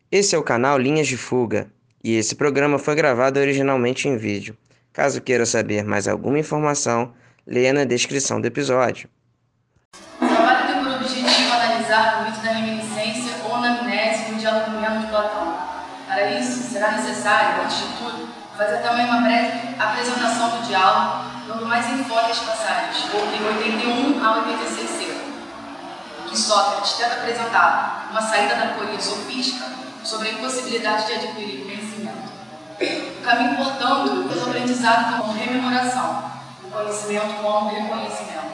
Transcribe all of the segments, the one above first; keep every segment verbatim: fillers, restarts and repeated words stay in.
Esse é o canal Linhas de Fuga, e esse programa foi gravado originalmente em vídeo. Caso queira saber mais alguma informação, leia na descrição do episódio. O trabalho tem por objetivo analisar o mito da reminiscência ou anamnese no diálogo Meno de Platão. Para isso, será necessário, antes de tudo, fazer também uma breve apresentação do diálogo, dando mais enfoque às passagens, de oitenta e um a oitenta e seis C, que Sócrates tenta apresentar uma saída da aporia sofística sobre a impossibilidade de adquirir conhecimento. O caminho, portanto, do aprendizado como rememoração, o conhecimento como reconhecimento.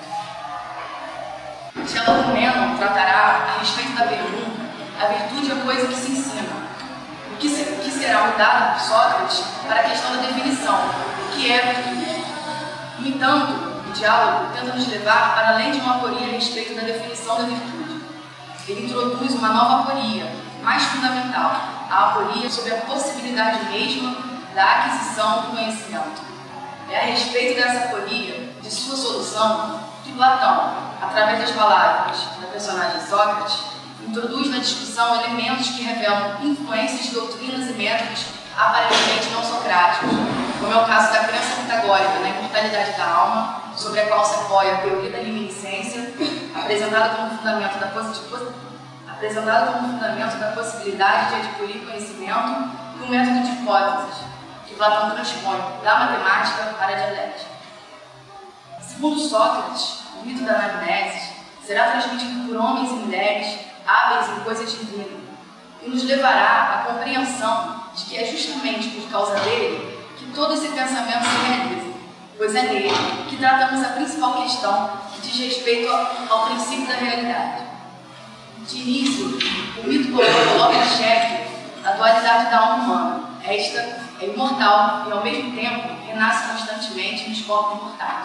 O diálogo Meno tratará a respeito da pergunta: a virtude é coisa que se ensina. O que, se, o que será mudado por Sócrates para a questão da definição, o que é a virtude. No entanto, o diálogo tenta nos levar para além de uma aporia a respeito da definição da virtude. Ele introduz uma nova aporia, mais fundamental, a aporia sobre a possibilidade mesma da aquisição do conhecimento. É a respeito dessa aporia, de sua solução, que Platão, através das palavras da personagem Sócrates, introduz na discussão elementos que revelam influências de doutrinas e métodos aparentemente não socráticos, como é o caso da crença pitagórica na imortalidade da alma, sobre a qual se apoia a teoria da reminiscência, apresentada como fundamento da positiva, apresentada como fundamento da possibilidade de adquirir conhecimento, e o método de hipóteses, que Platão transpõe da matemática para a dialética. Segundo Sócrates, o mito da anamnese será transmitido por homens e mulheres hábeis em coisas divinas e nos levará à compreensão de que é justamente por causa dele que todo esse pensamento se realiza, pois é nele que tratamos a principal questão que diz respeito ao, ao princípio da realidade. De início, o mito coloca em xeque a dualidade da alma humana. Esta é imortal e, ao mesmo tempo, renasce constantemente nos corpos mortais.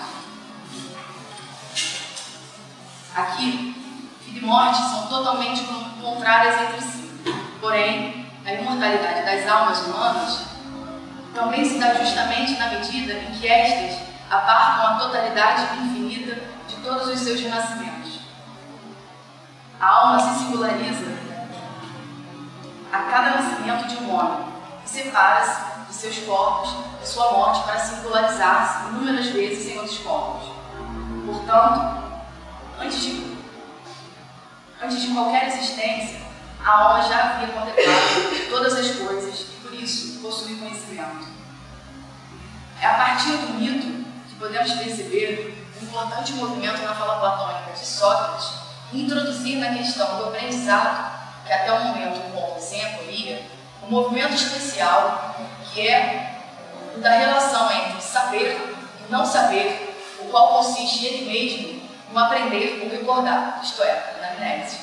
Aqui, vida e morte são totalmente contrárias entre si. Porém, a imortalidade das almas humanas também se dá justamente na medida em que estas abarcam a totalidade infinita de todos os seus renascimentos. A alma se singulariza a cada nascimento de um homem e separa-se de seus corpos de sua morte para singularizar-se inúmeras vezes em outros corpos. Portanto, antes de, antes de qualquer existência, a alma já havia contemplado todas as coisas e, por isso, possui conhecimento. É a partir do mito que podemos perceber um importante movimento na fala platônica de Sócrates e introduzir na questão do aprendizado, que até o momento encontra sem aporia, um movimento especial que é o da relação entre saber e não saber, o qual consiste ele mesmo no aprender ou recordar, isto é, na amnésia.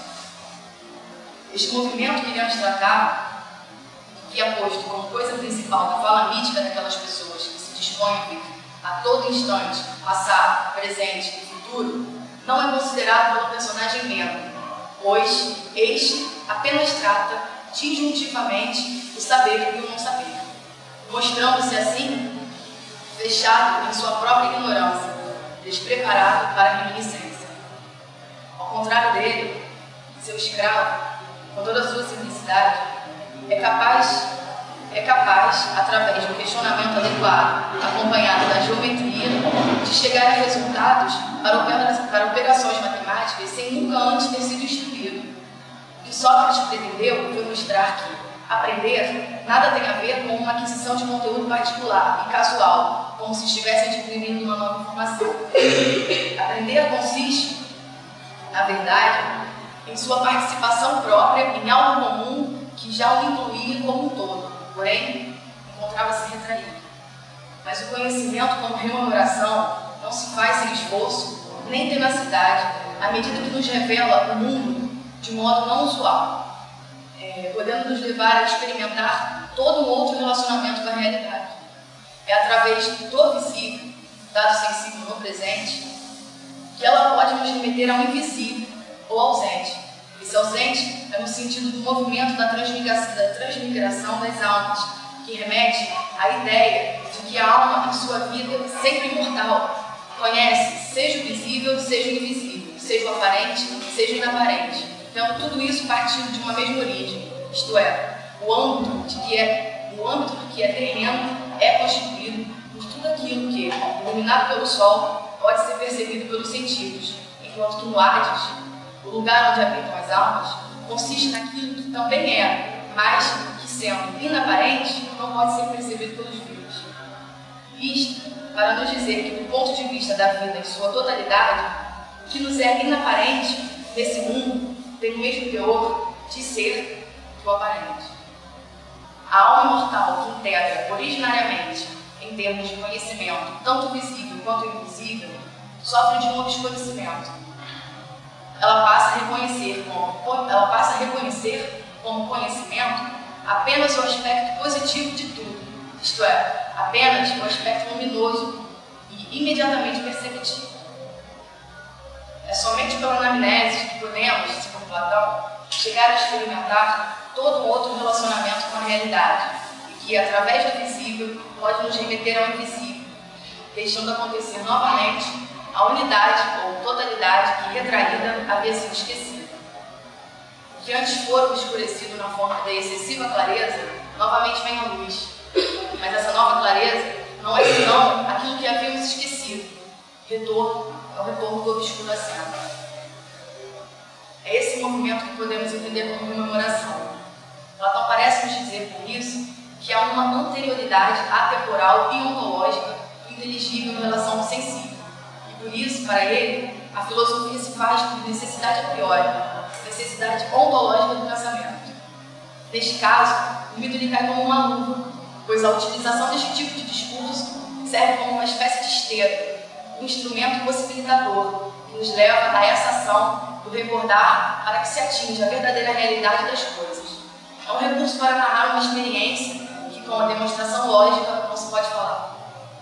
Este movimento que iremos tratar, que é posto como coisa principal da fala mítica daquelas pessoas que se dispõem a ver a todo instante, passado, presente e futuro, não é considerado pelo personagem Meno, pois este apenas trata disjuntivamente o saber e o não saber, mostrando-se assim fechado em sua própria ignorância, despreparado para a reminiscência. Ao contrário dele, seu escravo, com toda a sua simplicidade, é capaz, é capaz, através do questionamento adequado, acompanhado da geometria, de chegar a resultados para, para operações matemáticas sem nunca antes ter sido instruído. O que Sócrates pretendeu foi mostrar que aprender nada tem a ver com uma aquisição de conteúdo particular e casual, como se estivesse adquirindo uma nova informação. Aprender consiste, na verdade, em sua participação própria em algo comum que já o incluía como um todo, porém, encontrava-se retraído. Mas o conhecimento como rememoração não se faz sem esforço, nem tenacidade, à medida que nos revela o mundo de modo não usual, é, podendo nos levar a experimentar todo um outro relacionamento com a realidade. É através do visível, dado sensível no presente, que ela pode nos remeter ao invisível ou ausente. Esse ausente é no sentido do movimento da transmigração, da transmigração das almas, que remete à ideia de que a alma, em sua vida, sempre imortal, conhece seja o visível, seja o invisível, seja o aparente, seja o inaparente. Então, tudo isso partindo de uma mesma origem, isto é, o âmbito, de que é, o âmbito do que é terreno é constituído por tudo aquilo que, iluminado pelo sol, pode ser percebido pelos sentidos, enquanto que no Hades, o lugar onde habitam as almas, consiste naquilo que também é, mas que, sendo inaparente, não pode ser percebido pelos vivos. Visto para nos dizer que, do ponto de vista da vida em sua totalidade, o que nos é inaparente nesse mundo tem o mesmo teor de ser que o aparente. A alma imortal que integra originariamente, em termos de conhecimento, tanto visível quanto invisível, sofre de um obscurecimento. Ela passa a reconhecer como, ela passa a reconhecer como conhecimento apenas o aspecto positivo de tudo, isto é, apenas o aspecto luminoso e imediatamente perceptível. É somente pela anamnese que podemos, segundo Platão, chegar a experimentar todo um outro relacionamento com a realidade, e que, através do visível, pode nos remeter ao invisível, deixando acontecer novamente a unidade ou totalidade que, retraída, havia sido esquecida. O que antes fora obscurecido na forma da excessiva clareza, novamente vem à luz, mas essa nova clareza não é senão aquilo que havíamos esquecido, retorno ao retorno do obscurecimento. É esse movimento que podemos entender como comemoração. Platão parece nos dizer, por isso, que há uma anterioridade atemporal e ontológica do inteligível em relação ao sensível. E por isso, para ele, a filosofia se faz por necessidade a priori, necessidade ontológica do pensamento. Neste caso, o mito lhe cai como uma luva, pois a utilização deste tipo de discurso serve como uma espécie de esteira, um instrumento possibilitador que nos leva a essa ação do recordar para que se atinja a verdadeira realidade das coisas. É um recurso para narrar uma experiência que, com a demonstração lógica, não se pode falar.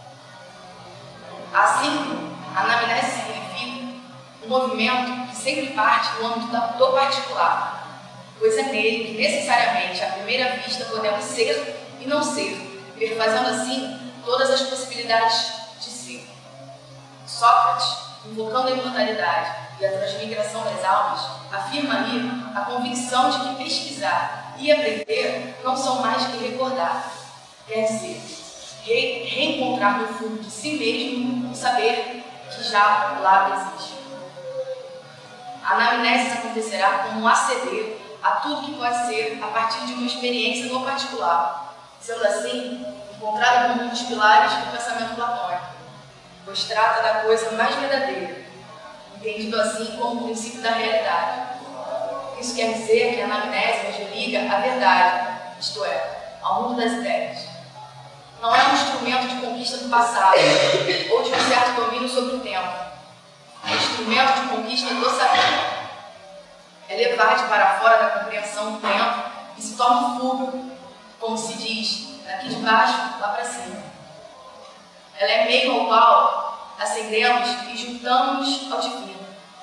Assim, a anamnese significa um movimento que sempre parte do âmbito do particular, pois é nele que necessariamente, à primeira vista, podemos ser e não ser, perfazendo assim todas as possibilidades de ser. Sócrates, invocando a imortalidade e a transmigração das almas, afirma ali a convicção de que pesquisar e aprender não são mais que recordar, quer dizer, re reencontrar no fundo de si mesmo um saber que já lá existe. A anamnese acontecerá como um aceder a tudo que pode ser a partir de uma experiência no particular, sendo assim encontrada como um dos pilares do pensamento platônico, pois trata da coisa mais verdadeira, entendido assim como o princípio da realidade. Isso quer dizer que a anamnese nos liga à verdade, isto é, ao mundo das ideias. Não é um instrumento de conquista do passado ou de um certo domínio sobre o tempo. É um instrumento de conquista do saber. É levar-te para fora da compreensão do tempo e se torna fuga, como se diz, daqui de baixo lá para cima. Ela é meio ao qual ascendemos e juntamos ao divino.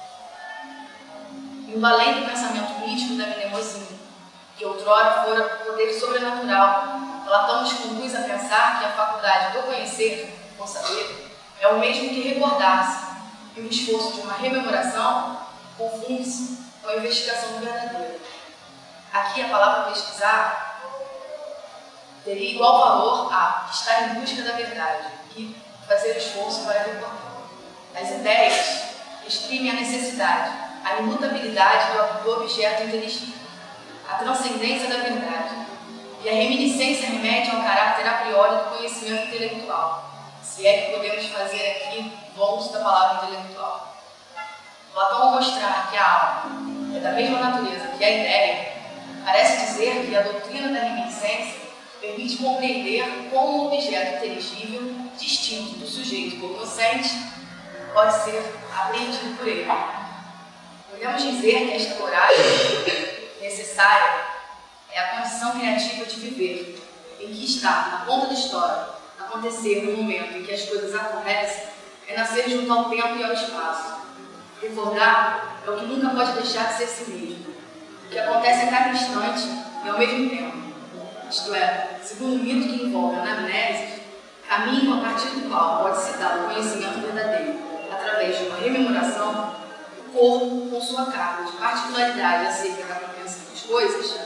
Indo além do pensamento místico da mnemosyne, que outrora fora poder sobrenatural, Platão nos conduz a pensar que a faculdade do conhecer, ou saber, é o mesmo que recordar-se, e o esforço de uma rememoração confunde-se com a investigação do verdadeiro. Aqui a palavra pesquisar teria igual valor a estar em busca da verdade e fazer esforço para recordar. As ideias exprimem a necessidade, a imutabilidade do objeto inteligível, a transcendência da verdade, e a reminiscência remete ao caráter a priori do conhecimento intelectual, se é que podemos fazer aqui bom uso da palavra intelectual. Platão, ao mostrar que a alma é da mesma natureza que a ideia, parece dizer que a doutrina da reminiscência permite compreender como um objeto inteligível, distinto do sujeito cognoscente, pode ser apreendido por ele. Podemos dizer que esta coragem necessária é a condição criativa de viver, em que está, na ponta da história, acontecer no momento em que as coisas acontecem, é nascer junto ao tempo e ao espaço. Recordar é o que nunca pode deixar de ser si mesmo, o que acontece a cada instante e ao mesmo tempo. Isto é, segundo o mito que envolve a anamnese, caminho a partir do qual pode-se dar o conhecimento verdadeiro, através de uma rememoração, o corpo, com sua carga de particularidade acerca da compreensão das coisas,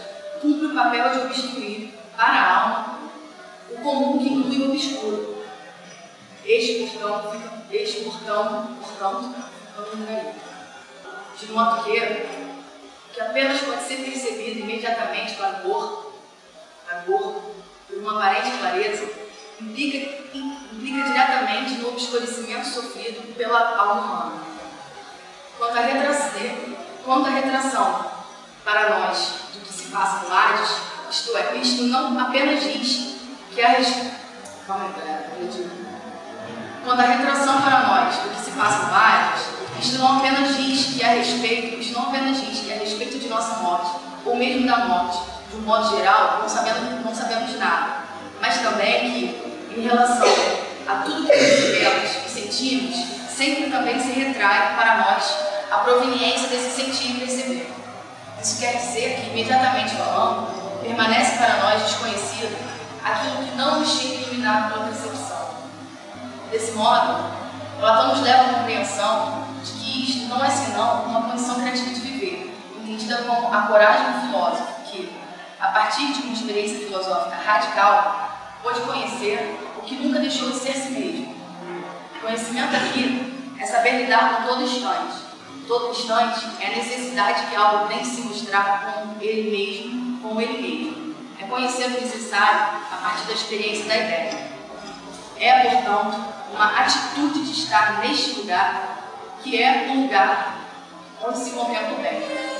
cumpre o papel de obstruir, para a alma, o comum que inclui o obscuro. Este portão fica, este portão, portanto, ficando aí. De modo que, que apenas pode ser percebido imediatamente para o corpo, para o corpo, por uma aparente clareza, implica, implica diretamente no obscurecimento sofrido pela alma humana. Quanto à retração, quanto à retração para nós do que se passa no Hades, isto é, isto não apenas diz que a res... Calma aí, galera, eu digo. Quanto à retração para nós do que se passa no Hades, isto não apenas diz que a respeito, isto não apenas diz que a respeito de nossa morte, ou mesmo da morte, de um modo geral, não sabemos, não sabemos nada, mas também que, em relação a tudo que percebemos e sentimos, sempre também se retrai para nós a proveniência desse sentir e perceber. Isso quer dizer que, imediatamente falando, permanece para nós desconhecido aquilo que não nos tinha iluminado pela percepção. Desse modo, Platão nos leva à compreensão de que isto não é senão uma condição criativa de viver, entendida como a coragem do filósofo, que, a partir de uma experiência filosófica radical, pôde conhecer o que nunca deixou de ser si mesmo. O conhecimento aqui é saber lidar com todo instante. Todo instante é a necessidade que algo tem que se mostrar com ele mesmo, com ele mesmo. É conhecer o necessário a partir da experiência da ideia. É, portanto, uma atitude de estar neste lugar, que é o lugar onde se contempla o bem.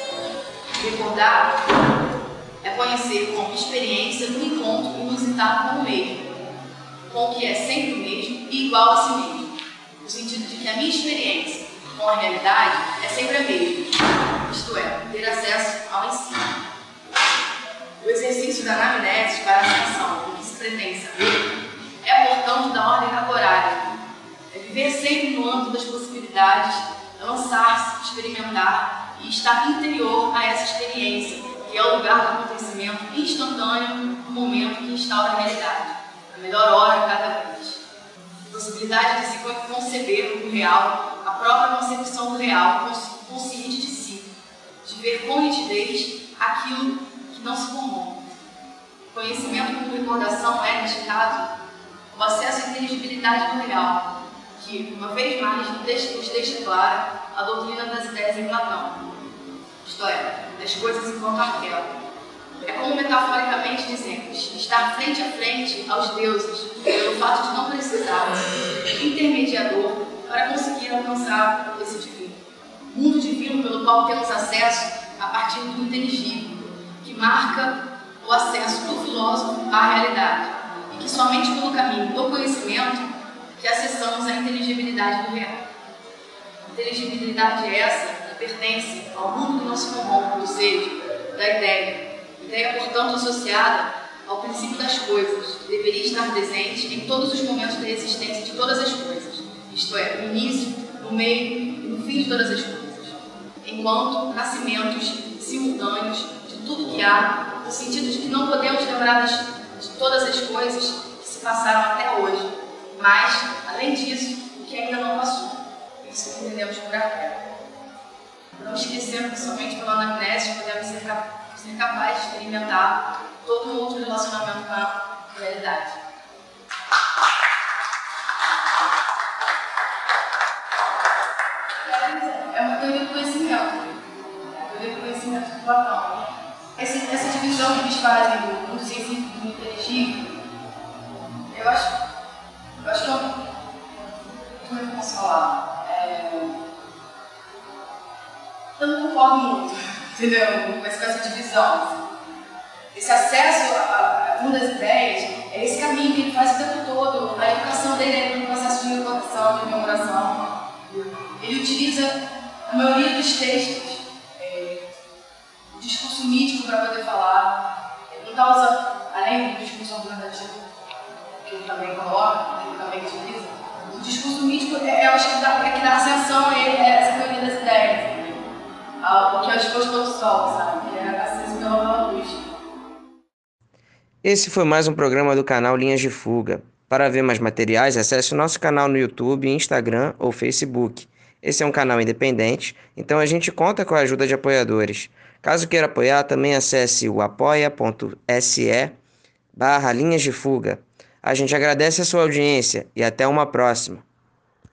Recordar é conhecer como experiência no encontro inusitado com o mesmo, com o que é sempre o mesmo e igual a si mesmo, no sentido de que a minha experiência com a realidade é sempre a mesma, isto é, ter acesso ao ensino. O exercício da anamnese para a atenção do que se pretende saber é, portanto, da ordem agorária. É viver sempre no âmbito das possibilidades, lançar-se, experimentar e estar interior a essa experiência, que é o lugar do acontecimento instantâneo do momento que instaura a realidade, a melhor hora cada vez. A possibilidade de se conceber o real, a própria concepção do real, consciente de si, de ver com nitidez aquilo que não se formou. O conhecimento como recordação é, neste caso, o acesso à inteligibilidade do real, que, uma vez mais, nos deixa, nos deixa clara a doutrina das ideias em Platão, isto é, das coisas enquanto arquélogo. É como, metaforicamente dizemos, estar frente a frente aos deuses, pelo fato de não precisar de intermediador para conseguir alcançar esse divino. Mundo divino pelo qual temos acesso a partir do inteligível, que marca o acesso do filósofo à realidade, e que somente pelo caminho do conhecimento que acessamos a inteligibilidade do real. Inteligibilidade é essa que pertence ao mundo que não se corrompe, ou seja, da ideia. Ideia, portanto, associada ao princípio das coisas, deveria estar presente em todos os momentos da existência de todas as coisas, isto é, no início, no meio e no fim de todas as coisas, enquanto nascimentos simultâneos de tudo que há, no sentido de que não podemos lembrar das, de todas as coisas que se passaram até hoje, mas, além disso, o que ainda não passou. Isso que entendemos por arquétipo. Não esquecendo que somente pela anamnese podemos ser, cap ser capazes de experimentar todo um outro relacionamento com a realidade. É uma teoria do conhecimento. É uma teoria do conhecimento de Platão. Essa, essa divisão que eles fazem do mundo científico e do inteligível, eu acho, eu acho que é um... Como é que eu posso falar? É... Eu não concordo muito, entendeu? Com essa divisão. Esse acesso ao mundo das ideias é esse caminho que ele faz o tempo todo. A educação dele é no processo de recordação, de memoração. Ele utiliza a maioria dos textos, é, o discurso mítico para poder falar. Ele não está usando, além do discurso argumentativo, que ele também coloca, que ele também utiliza. O discurso mítico é, eu acho que dá, é que dá ascensão a ele, a essa teoria das ideias. O que é o disposto pelo sol, sabe? Que é aceso pela luz. Esse foi mais um programa do canal Linhas de Fuga. Para ver mais materiais, acesse o nosso canal no YouTube, Instagram ou Facebook. Esse é um canal independente, então a gente conta com a ajuda de apoiadores. Caso queira apoiar, também acesse o apoia.se barra linhas de fuga. A gente agradece a sua audiência e até uma próxima.